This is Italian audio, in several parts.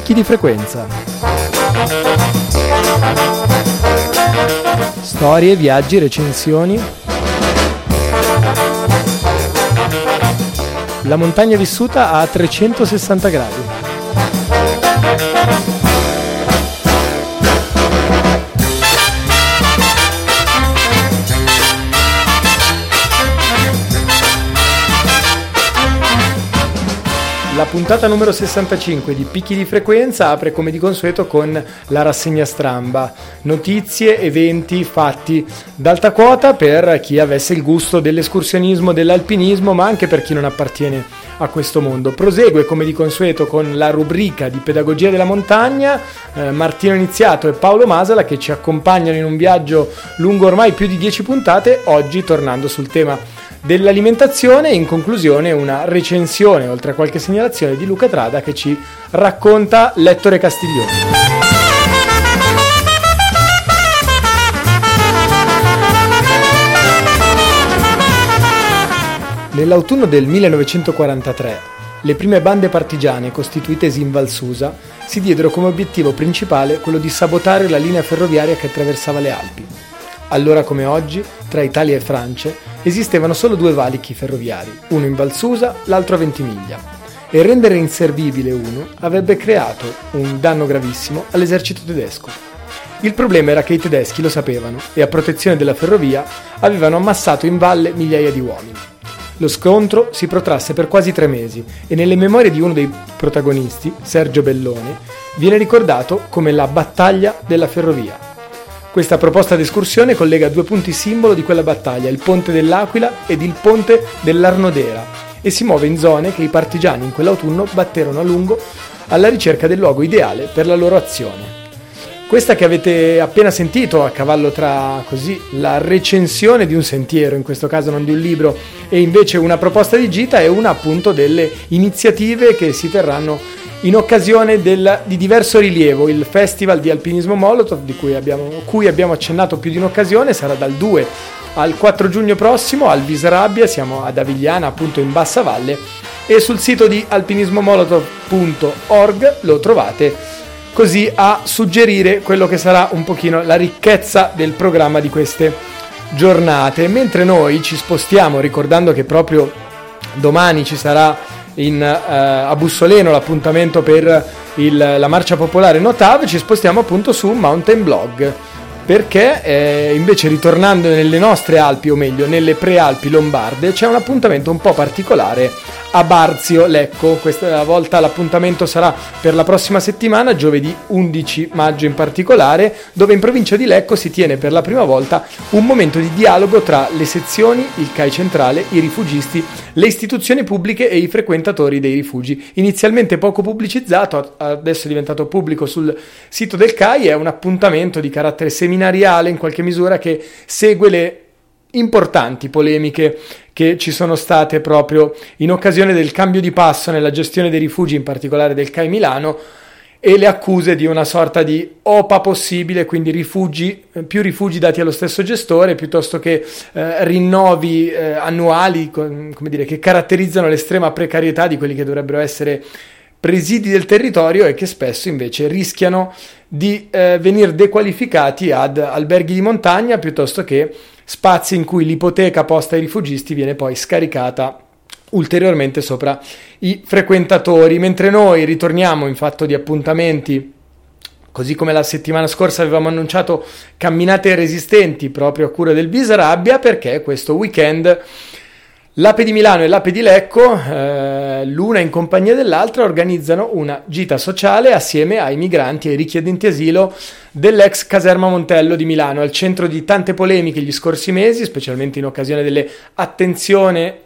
Picchi di frequenza. Storie, viaggi, recensioni. La montagna vissuta a 360 gradi. La puntata numero 65 di Picchi di frequenza apre come di consueto con la rassegna stramba, notizie, eventi, fatti d'alta quota per chi avesse il gusto dell'escursionismo, dell'alpinismo, ma anche per chi non appartiene a questo mondo. Prosegue come di consueto con la rubrica di pedagogia della montagna, Martino Iniziato e Paolo Masala che ci accompagnano in un viaggio lungo ormai più di 10 puntate, oggi tornando sul tema dell'alimentazione e in conclusione una recensione, oltre a qualche segnalazione, di Luca Trada che ci racconta L'Ettore Castiglione. Nell'autunno del 1943 le prime bande partigiane costituitesi in Val Susa si diedero come obiettivo principale quello di sabotare la linea ferroviaria che attraversava le Alpi. Allora come oggi, tra Italia e Francia, esistevano solo due valichi ferroviari, uno in Val Susa, l'altro a Ventimiglia, e rendere inservibile uno avrebbe creato un danno gravissimo all'esercito tedesco. Il problema era che i tedeschi lo sapevano e a protezione della ferrovia avevano ammassato in valle migliaia di uomini. Lo scontro si protrasse per quasi 3 mesi e nelle memorie di uno dei protagonisti, Sergio Bellone, viene ricordato come la battaglia della ferrovia. Questa proposta d'escursione collega due punti simbolo di quella battaglia, il ponte dell'Aquila ed il ponte dell'Arnodera, e si muove in zone che i partigiani in quell'autunno batterono a lungo alla ricerca del luogo ideale per la loro azione. Questa che avete appena sentito, a cavallo tra così la recensione di un sentiero, in questo caso non di un libro, e invece una proposta di gita, è una appunto delle iniziative che si terranno in occasione di diverso rilievo. Il Festival di Alpinismo Molotov, cui abbiamo accennato più di un'occasione, sarà dal 2 al 4 giugno prossimo al Visrabbia, siamo ad Avigliana, appunto in Bassa Valle, e sul sito di alpinismomolotov.org lo trovate, così a suggerire quello che sarà un pochino la ricchezza del programma di queste giornate. Mentre noi ci spostiamo, ricordando che proprio domani ci sarà a Bussoleno l'appuntamento per la marcia popolare Notav, ci spostiamo appunto su Mountain Blog, perché invece ritornando nelle nostre Alpi, o meglio nelle prealpi lombarde, c'è un appuntamento un po' particolare a Barzio, Lecco. Questa volta l'appuntamento sarà per la prossima settimana, giovedì 11 maggio in particolare, dove in provincia di Lecco si tiene per la prima volta un momento di dialogo tra le sezioni, il CAI centrale, i rifugisti, le istituzioni pubbliche e i frequentatori dei rifugi. Inizialmente poco pubblicizzato, adesso è diventato pubblico sul sito del CAI, è un appuntamento di carattere seminariale in qualche misura che segue le importanti polemiche che ci sono state proprio in occasione del cambio di passo nella gestione dei rifugi, in particolare del CAI Milano, e le accuse di una sorta di OPA possibile, quindi più rifugi dati allo stesso gestore piuttosto che rinnovi annuali, che caratterizzano l'estrema precarietà di quelli che dovrebbero essere presidi del territorio e che spesso invece rischiano di venire dequalificati ad alberghi di montagna piuttosto che spazi in cui l'ipoteca posta ai rifugisti viene poi scaricata ulteriormente sopra i frequentatori. Mentre noi ritorniamo in fatto di appuntamenti, così come la settimana scorsa avevamo annunciato camminate resistenti proprio a cura del Visrabbia, perché questo weekend l'Ape di Milano e l'Ape di Lecco, l'una in compagnia dell'altra, organizzano una gita sociale assieme ai migranti e ai richiedenti asilo dell'ex caserma Montello di Milano, al centro di tante polemiche gli scorsi mesi, specialmente in occasione delle attenzioni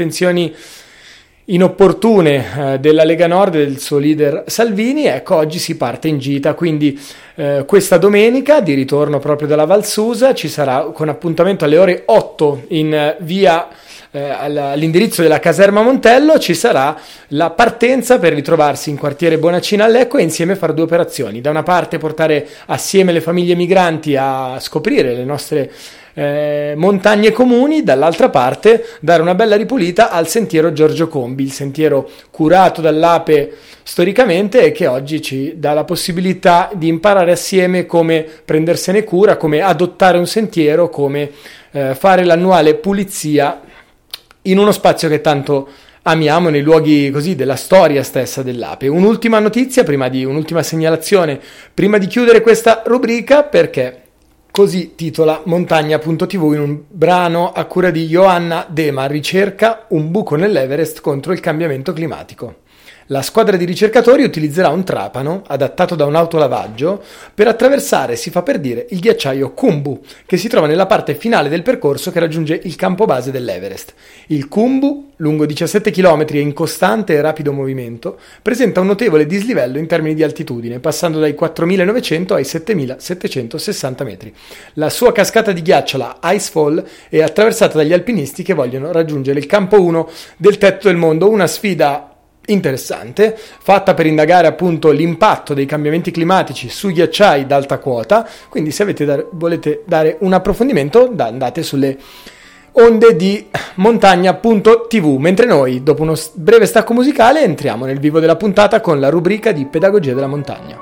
inopportune della Lega Nord e del suo leader Salvini. Ecco, oggi si parte in gita, quindi questa domenica di ritorno proprio dalla Val Susa ci sarà con appuntamento alle ore 8 in via all'indirizzo della caserma Montello. Ci sarà la partenza per ritrovarsi in quartiere Bonacina a Lecco e insieme fare due operazioni: da una parte portare assieme le famiglie migranti a scoprire le nostre montagne comuni, dall'altra parte dare una bella ripulita al sentiero Giorgio Combi, il sentiero curato dall'Ape storicamente e che oggi ci dà la possibilità di imparare assieme come prendersene cura, come adottare un sentiero, come fare l'annuale pulizia in uno spazio che tanto amiamo, nei luoghi così della storia stessa dell'Ape. Un'ultima notizia, un'ultima segnalazione, prima di chiudere questa rubrica, perché così titola Montagna.tv in un brano a cura di Johanna Dema, ricerca un buco nell'Everest contro il cambiamento climatico. La squadra di ricercatori utilizzerà un trapano adattato da un autolavaggio per attraversare, si fa per dire, il ghiacciaio Khumbu, che si trova nella parte finale del percorso che raggiunge il campo base dell'Everest. Il Khumbu, lungo 17 km e in costante e rapido movimento, presenta un notevole dislivello in termini di altitudine, passando dai 4.900 ai 7.760 metri. La sua cascata di ghiaccio, la Icefall, è attraversata dagli alpinisti che vogliono raggiungere il campo 1 del tetto del mondo, una sfida interessante, fatta per indagare appunto l'impatto dei cambiamenti climatici sui ghiacciai d'alta quota. Quindi se volete dare un approfondimento, andate sulle onde di Montagna.tv, mentre noi, dopo uno breve stacco musicale, entriamo nel vivo della puntata con la rubrica di Pedagogia della Montagna.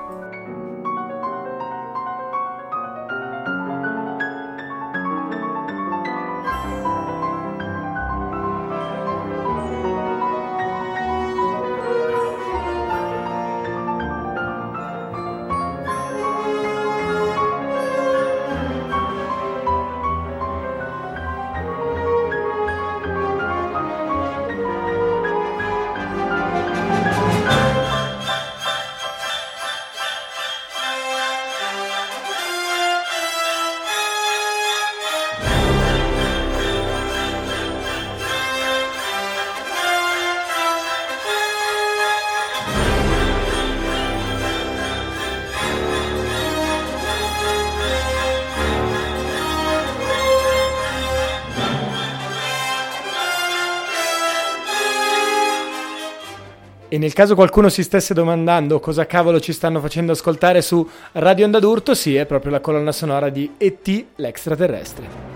E nel caso qualcuno si stesse domandando cosa cavolo ci stanno facendo ascoltare su Radio Onda d'Urto, sì, è proprio la colonna sonora di E.T. l'extraterrestre.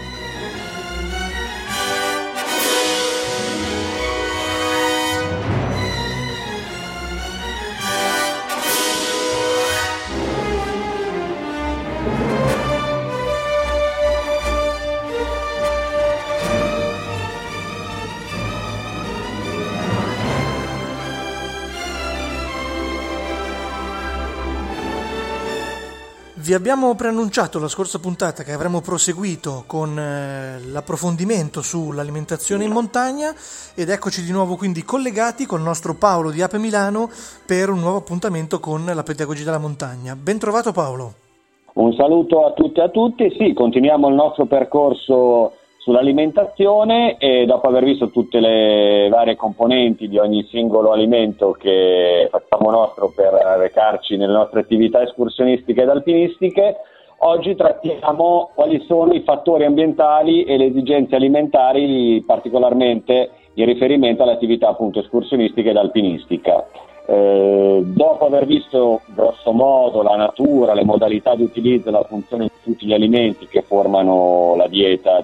Vi abbiamo preannunciato la scorsa puntata che avremmo proseguito con l'approfondimento sull'alimentazione in montagna ed eccoci di nuovo quindi collegati col nostro Paolo di Ape Milano per un nuovo appuntamento con la pedagogia della montagna. Ben trovato Paolo. Un saluto a tutti e a tutti. Sì, continuiamo il nostro percorso sull'alimentazione e dopo aver visto tutte le varie componenti di ogni singolo alimento che facciamo nostro per recarci nelle nostre attività escursionistiche ed alpinistiche, oggi trattiamo quali sono i fattori ambientali e le esigenze alimentari, particolarmente in riferimento alle attività appunto escursionistiche ed alpinistica. Dopo aver visto grosso modo la natura, le modalità di utilizzo e la funzione di tutti gli alimenti che formano la dieta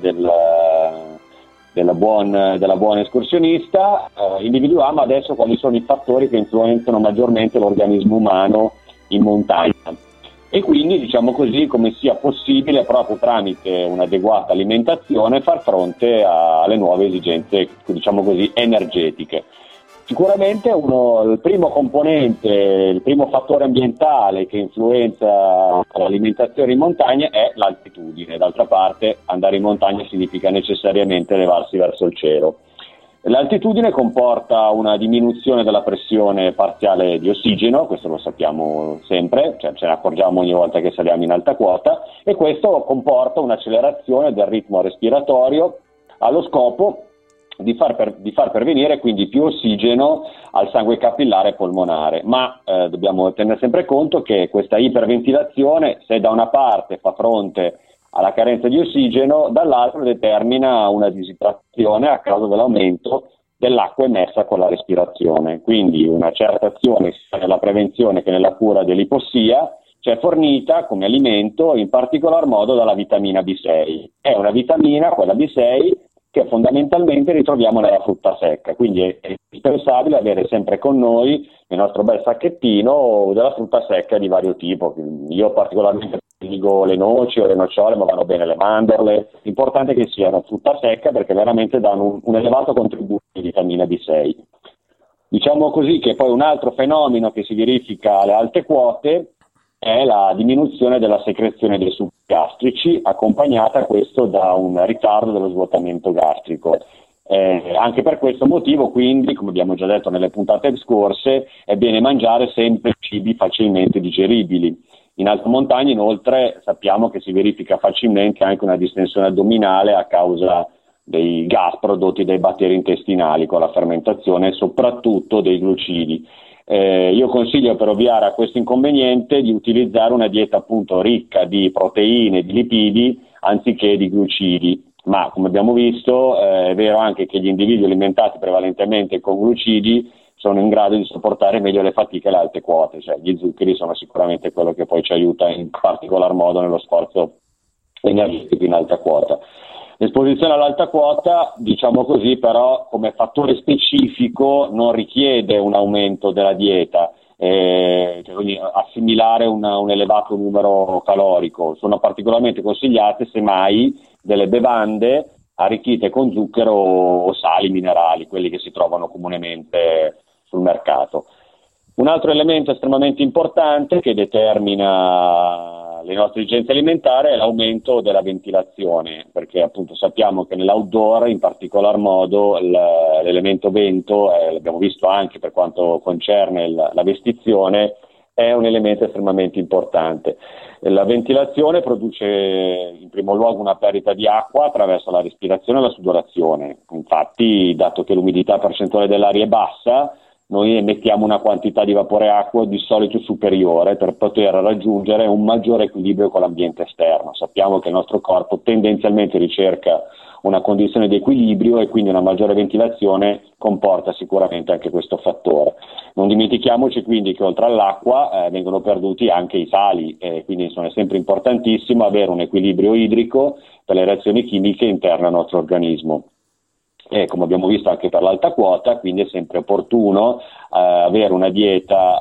della buona escursionista, individuiamo adesso quali sono i fattori che influenzano maggiormente l'organismo umano in montagna e quindi diciamo così come sia possibile proprio tramite un'adeguata alimentazione far fronte alle nuove esigenze diciamo così energetiche. Sicuramente il primo componente, il primo fattore ambientale che influenza l'alimentazione in montagna è l'altitudine. D'altra parte andare in montagna significa necessariamente elevarsi verso il cielo. L'altitudine comporta una diminuzione della pressione parziale di ossigeno, questo lo sappiamo sempre, cioè ce ne accorgiamo ogni volta che saliamo in alta quota, e questo comporta un'accelerazione del ritmo respiratorio allo scopo di far pervenire quindi più ossigeno al sangue capillare e polmonare, ma dobbiamo tenere sempre conto che questa iperventilazione, se da una parte fa fronte alla carenza di ossigeno, dall'altra determina una disidratazione a causa dell'aumento dell'acqua emessa con la respirazione. Quindi una certa azione sia nella prevenzione che nella cura dell'ipossia cioè fornita come alimento in particolar modo dalla vitamina B6. È una vitamina, quella B6, che fondamentalmente ritroviamo nella frutta secca, quindi è indispensabile avere sempre con noi il nostro bel sacchettino della frutta secca di vario tipo. Io particolarmente dico le noci o le nocciole, ma vanno bene le mandorle, l'importante è che siano frutta secca perché veramente danno un elevato contributo di vitamina B6. Diciamo così che poi un altro fenomeno che si verifica alle alte quote è la diminuzione della secrezione dei succhi gastrici, accompagnata questo da un ritardo dello svuotamento gastrico. Anche per questo motivo, quindi, come abbiamo già detto nelle puntate scorse, è bene mangiare sempre cibi facilmente digeribili. In alta montagna, inoltre, sappiamo che si verifica facilmente anche una distensione addominale a causa dei gas prodotti dai batteri intestinali con la fermentazione, soprattutto dei glucidi. Io consiglio, per ovviare a questo inconveniente, di utilizzare una dieta appunto ricca di proteine, di lipidi, anziché di glucidi. Ma come abbiamo visto è vero anche che gli individui alimentati prevalentemente con glucidi sono in grado di sopportare meglio le fatiche e le alte quote, cioè gli zuccheri sono sicuramente quello che poi ci aiuta in particolar modo nello sforzo energetico in alta quota. L'esposizione all'alta quota, diciamo così, però come fattore specifico non richiede un aumento della dieta, quindi assimilare un elevato numero calorico. Sono particolarmente consigliate semmai delle bevande arricchite con zucchero o sali minerali, quelli che si trovano comunemente sul mercato. Un altro elemento estremamente importante che determina le nostre esigenze alimentari è l'aumento della ventilazione, perché appunto sappiamo che nell'outdoor, in particolar modo, l'elemento vento, l'abbiamo visto anche per quanto concerne la vestizione, è un elemento estremamente importante. La ventilazione produce in primo luogo una perdita di acqua attraverso la respirazione e la sudorazione. Infatti, dato che l'umidità percentuale dell'aria è bassa, noi emettiamo una quantità di vapore acqueo di solito superiore per poter raggiungere un maggiore equilibrio con l'ambiente esterno. Sappiamo che il nostro corpo tendenzialmente ricerca una condizione di equilibrio e quindi una maggiore ventilazione comporta sicuramente anche questo fattore. Non dimentichiamoci quindi che oltre all'acqua vengono perduti anche i sali, quindi è sempre importantissimo avere un equilibrio idrico per le reazioni chimiche interne al nostro organismo. E come abbiamo visto anche per l'alta quota, quindi è sempre opportuno avere una dieta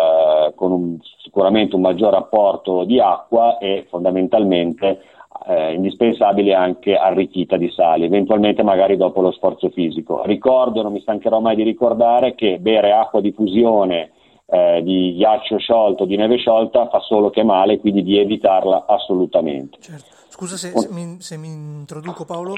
con sicuramente un maggior apporto di acqua e fondamentalmente indispensabile anche arricchita di sali, eventualmente magari dopo lo sforzo fisico. Ricordo, non mi stancherò mai di ricordare, che bere acqua di fusione di ghiaccio sciolto, di neve sciolta, fa solo che male, quindi di evitarla assolutamente. Certo. Scusa se mi introduco, Paolo,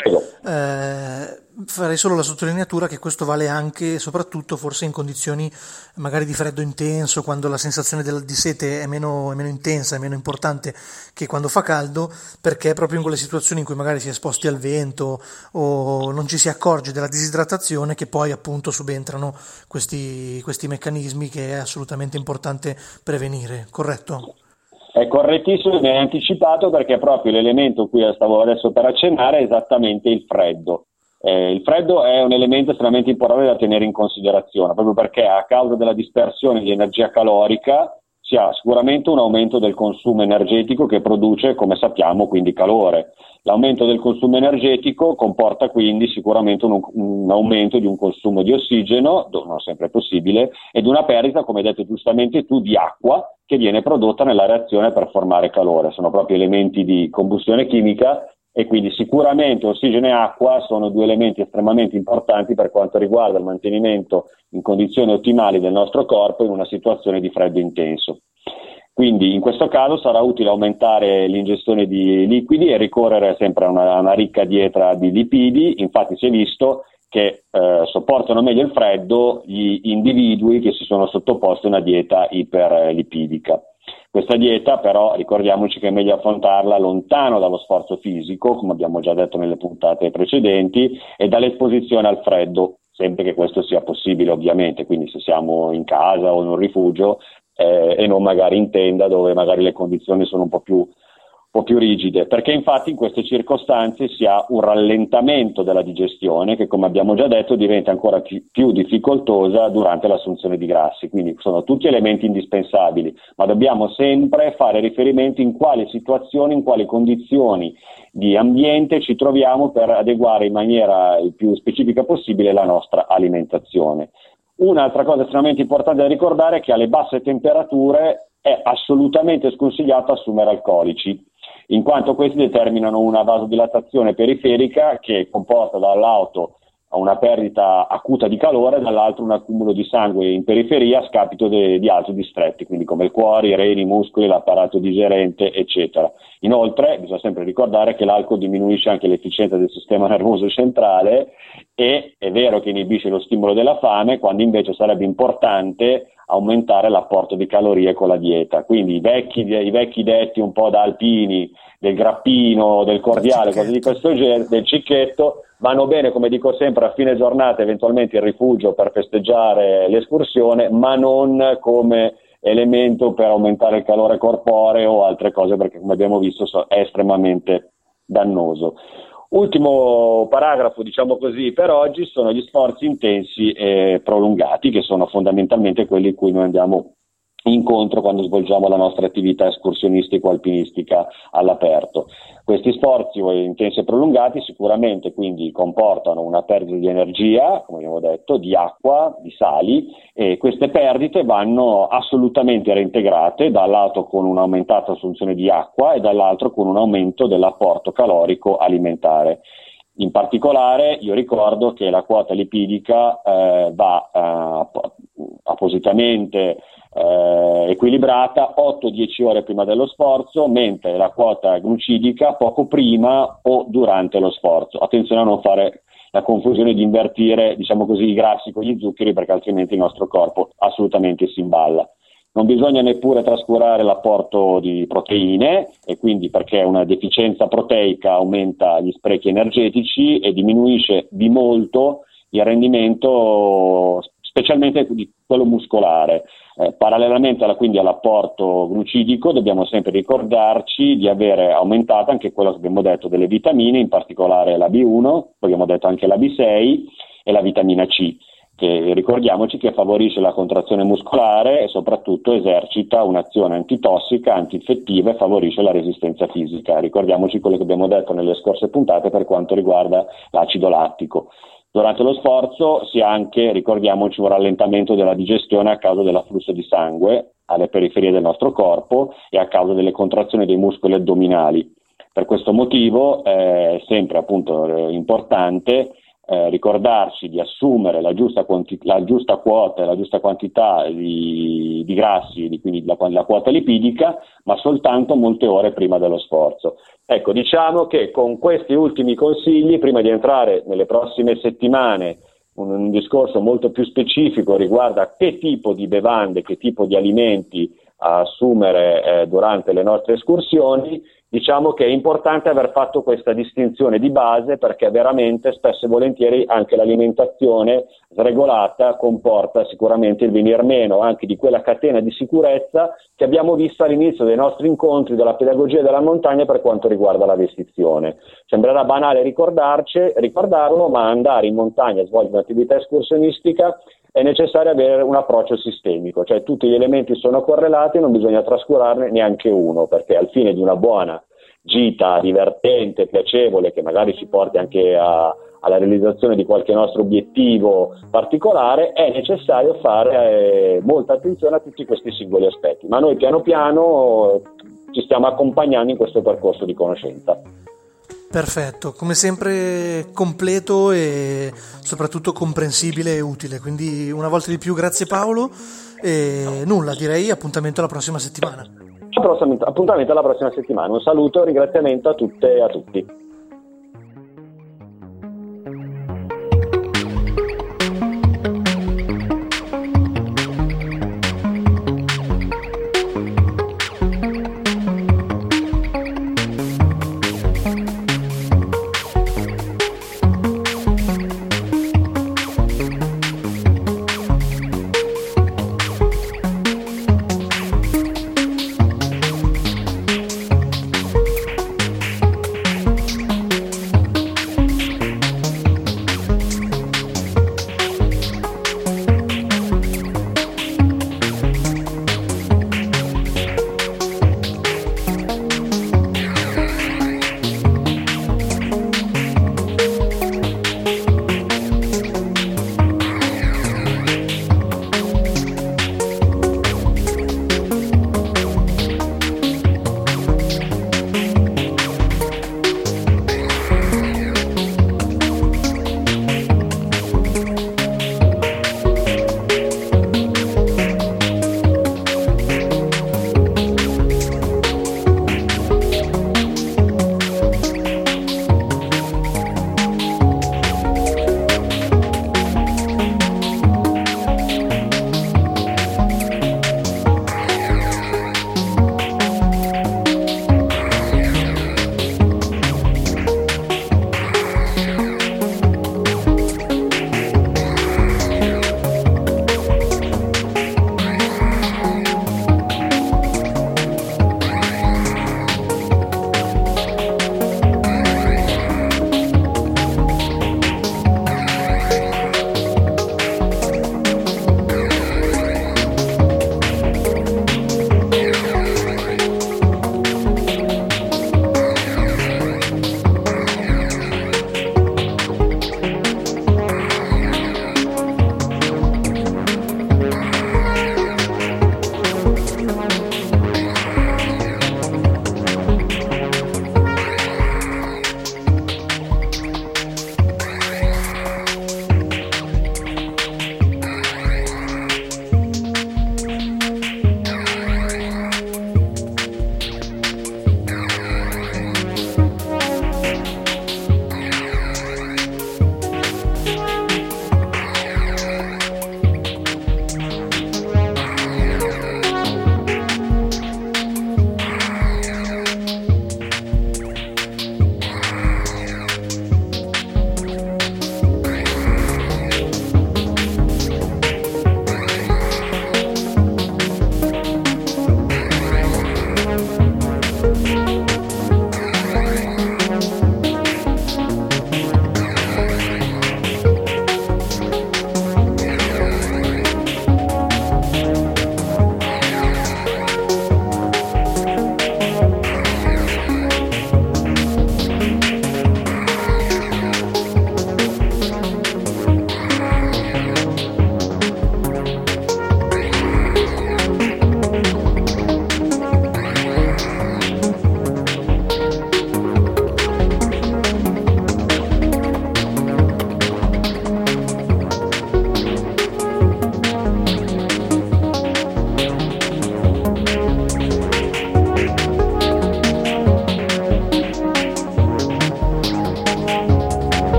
farei solo la sottolineatura che questo vale anche e soprattutto forse in condizioni magari di freddo intenso, quando la sensazione di sete è meno intensa, è meno importante che quando fa caldo, perché è proprio in quelle situazioni in cui magari si è esposti al vento o non ci si accorge della disidratazione che poi appunto subentrano questi meccanismi che è assolutamente importante prevenire, corretto? È correttissimo, mi hai anticipato, perché proprio l'elemento cui stavo adesso per accennare è esattamente il freddo. Il freddo è un elemento estremamente importante da tenere in considerazione, proprio perché a causa della dispersione di energia calorica si ha sicuramente un aumento del consumo energetico che produce, come sappiamo, quindi calore. L'aumento del consumo energetico comporta quindi sicuramente un aumento di un consumo di ossigeno, non sempre possibile, ed una perdita, come hai detto giustamente tu, di acqua che viene prodotta nella reazione per formare calore. Sono proprio elementi di combustione chimica e quindi sicuramente ossigeno e acqua sono due elementi estremamente importanti per quanto riguarda il mantenimento in condizioni ottimali del nostro corpo in una situazione di freddo intenso. Quindi in questo caso sarà utile aumentare l'ingestione di liquidi e ricorrere sempre a una ricca dieta di lipidi. Infatti si è visto che sopportano meglio il freddo gli individui che si sono sottoposti a una dieta iperlipidica. Questa dieta però ricordiamoci che è meglio affrontarla lontano dallo sforzo fisico, come abbiamo già detto nelle puntate precedenti, e dall'esposizione al freddo, sempre che questo sia possibile ovviamente, quindi se siamo in casa o in un rifugio e non magari in tenda dove magari le condizioni sono un po' più po' più rigide, perché infatti in queste circostanze si ha un rallentamento della digestione che, come abbiamo già detto, diventa ancora più difficoltosa durante l'assunzione di grassi. Quindi sono tutti elementi indispensabili, ma dobbiamo sempre fare riferimento in quali situazioni, in quali condizioni di ambiente ci troviamo per adeguare in maniera il più specifica possibile la nostra alimentazione. Un'altra cosa estremamente importante da ricordare è che alle basse temperature è assolutamente sconsigliato assumere alcolici, in quanto questi determinano una vasodilatazione periferica che comporta dall'alto una perdita acuta di calore e dall'altro un accumulo di sangue in periferia a scapito di altri distretti, quindi come il cuore, i reni, i muscoli, l'apparato digerente, eccetera. Inoltre bisogna sempre ricordare che l'alcol diminuisce anche l'efficienza del sistema nervoso centrale e è vero che inibisce lo stimolo della fame, quando invece sarebbe importante aumentare l'apporto di calorie con la dieta. Quindi i vecchi detti un po' da alpini, del grappino, del cordiale, cose di questo genere, del cicchetto, vanno bene, come dico sempre, a fine giornata eventualmente il rifugio per festeggiare l'escursione, ma non come elemento per aumentare il calore corporeo o altre cose, perché come abbiamo visto è estremamente dannoso. Ultimo paragrafo, diciamo così, per oggi sono gli sforzi intensi e prolungati, che sono fondamentalmente quelli in cui noi andiamo incontro quando svolgiamo la nostra attività escursionistica o alpinistica all'aperto. Questi sforzi intensi e prolungati sicuramente quindi comportano una perdita di energia, come abbiamo detto, di acqua, di sali, e queste perdite vanno assolutamente reintegrate, dall'alto con un'aumentata assunzione di acqua e dall'altro con un aumento dell'apporto calorico alimentare. In particolare io ricordo che la quota lipidica va appositamente equilibrata 8-10 ore prima dello sforzo, mentre la quota glucidica poco prima o durante lo sforzo. Attenzione a non fare la confusione di invertire, diciamo così, i grassi con gli zuccheri, perché altrimenti il nostro corpo assolutamente si imballa. Non bisogna neppure trascurare l'apporto di proteine, e quindi perché una deficienza proteica aumenta gli sprechi energetici e diminuisce di molto il rendimento, specialmente di quello muscolare. Parallelamente quindi all'apporto glucidico dobbiamo sempre ricordarci di avere aumentato anche quello che abbiamo detto delle vitamine, in particolare la B1, poi abbiamo detto anche la B6 e la vitamina C, che ricordiamoci che favorisce la contrazione muscolare e soprattutto esercita un'azione antitossica, antinfettiva e favorisce la resistenza fisica. Ricordiamoci quello che abbiamo detto nelle scorse puntate per quanto riguarda l'acido lattico. Durante lo sforzo si ha anche, ricordiamoci, un rallentamento della digestione a causa dell'afflusso di sangue alle periferie del nostro corpo e a causa delle contrazioni dei muscoli addominali. Per questo motivo è sempre appunto importante ricordarci di assumere la giusta quota e la giusta quantità di grassi, quindi la quota lipidica, ma soltanto molte ore prima dello sforzo. Ecco, diciamo che con questi ultimi consigli, prima di entrare nelle prossime settimane, un discorso molto più specifico riguardo a che tipo di bevande, che tipo di alimenti assumere durante le nostre escursioni, diciamo che è importante aver fatto questa distinzione di base, perché veramente spesso e volentieri anche l'alimentazione sregolata comporta sicuramente il venir meno anche di quella catena di sicurezza che abbiamo visto all'inizio dei nostri incontri della pedagogia della montagna per quanto riguarda la vestizione. Sembrerà banale ricordarlo, ma andare in montagna a svolgere un'attività escursionistica è necessario avere un approccio sistemico, cioè tutti gli elementi sono correlati, non bisogna trascurarne neanche uno, perché al fine di una buona gita divertente, piacevole, che magari ci porti anche alla realizzazione di qualche nostro obiettivo particolare, è necessario fare molta attenzione a tutti questi singoli aspetti, ma noi piano piano ci stiamo accompagnando in questo percorso di conoscenza. Perfetto, come sempre completo e soprattutto comprensibile e utile, quindi una volta di più grazie Paolo e nulla, direi appuntamento alla prossima settimana. Appuntamento alla prossima settimana, un saluto e un ringraziamento a tutte e a tutti.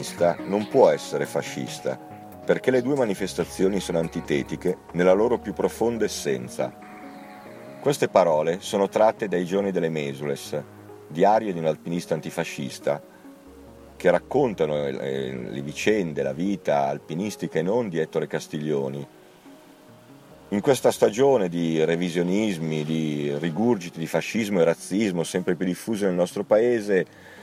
comunista non può essere fascista, perché le due manifestazioni sono antitetiche nella loro più profonda essenza. Queste parole sono tratte dai Giorni delle Mesules, diario di un alpinista antifascista, che raccontano le vicende, la vita alpinistica e non di Ettore Castiglioni. In questa stagione di revisionismi, di rigurgiti di fascismo e razzismo sempre più diffusi nel nostro paese,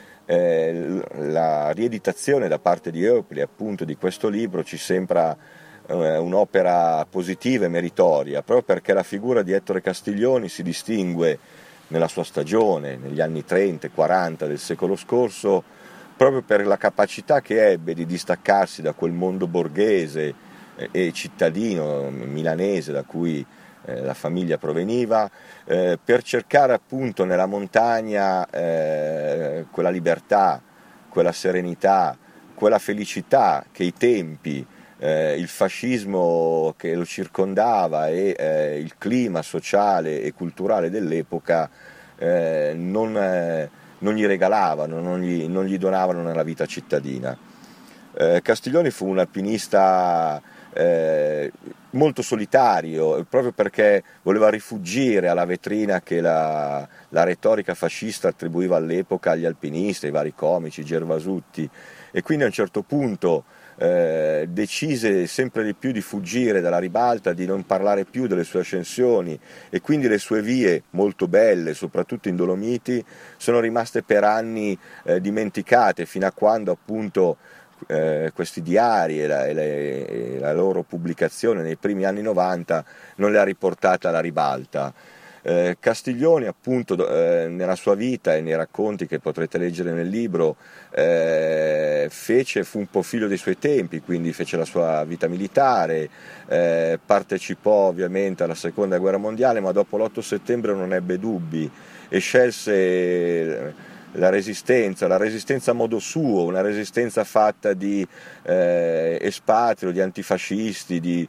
la rieditazione da parte di Eupli appunto di questo libro ci sembra un'opera positiva e meritoria, proprio perché la figura di Ettore Castiglioni si distingue nella sua stagione, negli anni 30 e 40 del secolo scorso, proprio per la capacità che ebbe di distaccarsi da quel mondo borghese e cittadino milanese da cui la famiglia proveniva, per cercare appunto nella montagna quella libertà, quella serenità, quella felicità che i tempi, il fascismo che lo circondava e il clima sociale e culturale dell'epoca non gli regalavano, non gli donavano nella vita cittadina. Castiglioni fu un alpinista molto solitario, proprio perché voleva rifuggire alla vetrina che la retorica fascista attribuiva all'epoca agli alpinisti, ai vari comici, Gervasutti, e quindi a un certo punto decise sempre di più di fuggire dalla ribalta, di non parlare più delle sue ascensioni, e quindi le sue vie molto belle, soprattutto in Dolomiti, sono rimaste per anni dimenticate, fino a quando appunto questi diari e la loro pubblicazione nei primi anni 90 non le ha riportate alla ribalta. Castiglioni appunto nella sua vita e nei racconti che potrete leggere nel libro fu un po' figlio dei suoi tempi, quindi fece la sua vita militare, partecipò ovviamente alla seconda guerra mondiale, ma dopo l'8 settembre non ebbe dubbi e scelse la resistenza a modo suo, una resistenza fatta di espatrio, di antifascisti, di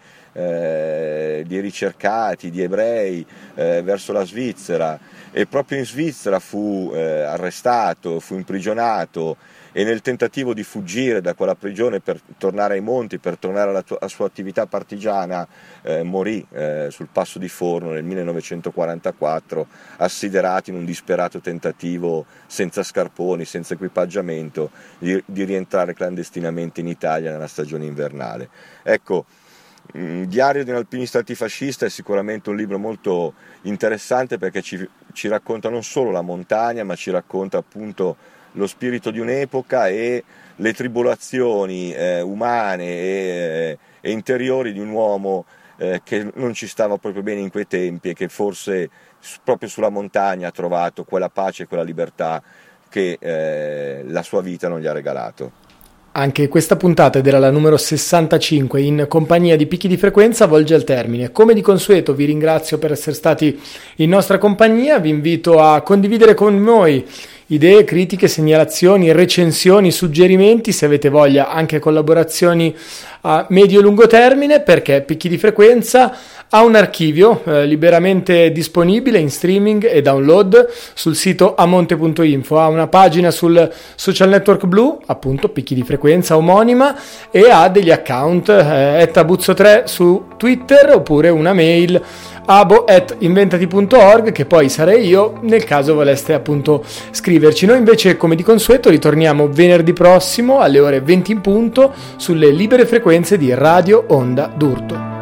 ricercati, di ebrei verso la Svizzera, e proprio in Svizzera fu arrestato, fu imprigionato, e nel tentativo di fuggire da quella prigione per tornare ai monti, per tornare alla sua attività partigiana, morì sul Passo di Forno nel 1944, assiderato in un disperato tentativo senza scarponi, senza equipaggiamento, di rientrare clandestinamente in Italia nella stagione invernale. Ecco, Diario di un alpinista antifascista è sicuramente un libro molto interessante, perché ci racconta non solo la montagna, ma ci racconta appunto lo spirito di un'epoca e le tribolazioni umane e interiori di un uomo che non ci stava proprio bene in quei tempi, e che forse proprio sulla montagna ha trovato quella pace e quella libertà che la sua vita non gli ha regalato. Anche questa puntata, ed era la numero 65 in compagnia di Picchi di Frequenza, volge al termine. Come di consueto vi ringrazio per essere stati in nostra compagnia, vi invito a condividere con noi idee, critiche, segnalazioni, recensioni, suggerimenti, se avete voglia anche collaborazioni a medio e lungo termine, perché Picchi di Frequenza ha un archivio liberamente disponibile in streaming e download sul sito amonte.info, ha una pagina sul social network blu, appunto Picchi di Frequenza omonima, e ha degli account @buzzo3 su Twitter, oppure una mail abo@inventati.org, che poi sarei io nel caso voleste appunto scriverci. Noi invece, come di consueto, ritorniamo venerdì prossimo alle ore 20 in punto sulle libere frequenze di Radio Onda d'Urto.